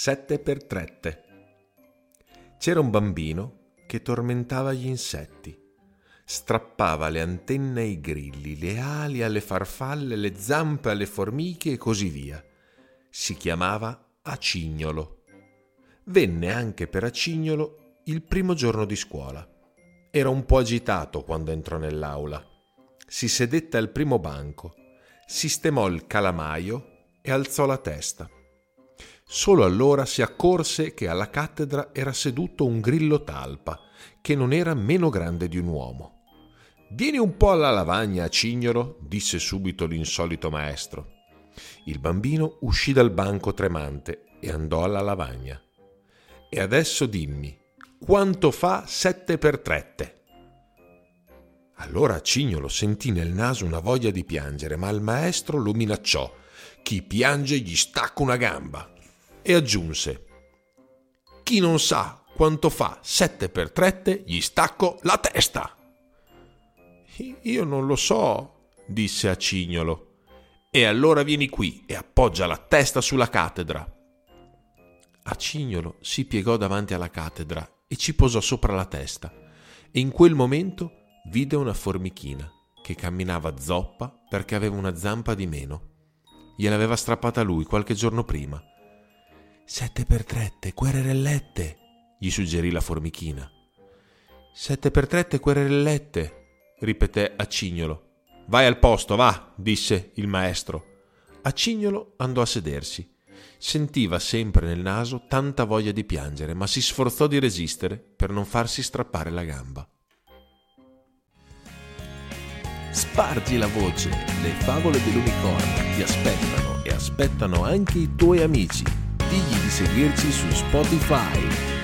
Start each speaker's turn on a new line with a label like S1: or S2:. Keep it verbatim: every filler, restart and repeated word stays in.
S1: Sette per trette. C'era un bambino che tormentava gli insetti. Strappava le antenne ai grilli, le ali alle farfalle, le zampe alle formiche e così via. Si chiamava Acignolo. Venne anche per Acignolo il primo giorno di scuola. Era un po' agitato quando entrò nell'aula. Si sedette al primo banco, sistemò il calamaio e alzò la testa. Solo allora si accorse che alla cattedra era seduto un grillo talpa, che non era meno grande di un uomo. «Vieni un po' alla lavagna, Acignolo», disse subito l'insolito maestro. Il bambino uscì dal banco tremante e andò alla lavagna. «E adesso dimmi, quanto fa sette per trette?» Allora Acignolo sentì nel naso una voglia di piangere, ma il maestro lo minacciò. «Chi piange gli stacca una gamba». E aggiunse: «Chi non sa quanto fa sette per trette gli stacco la testa». «Io non lo so», disse Acignolo. «E allora vieni qui e appoggia la testa sulla cattedra». Acignolo si piegò davanti alla cattedra e ci posò sopra la testa, e in quel momento vide una formichina che camminava zoppa perché aveva una zampa di meno. Gliel'aveva strappata lui qualche giorno prima. «Sette per trette, querelette», gli suggerì la formichina. «Sette per trette, querelette», ripeté Acignolo. «Vai al posto, va», disse il maestro. Acignolo andò a sedersi. Sentiva sempre nel naso tanta voglia di piangere, ma si sforzò di resistere per non farsi strappare la gamba. Spargi la voce, le favole dell'unicorno ti aspettano e aspettano anche i tuoi amici. Digli di seguirci su Spotify.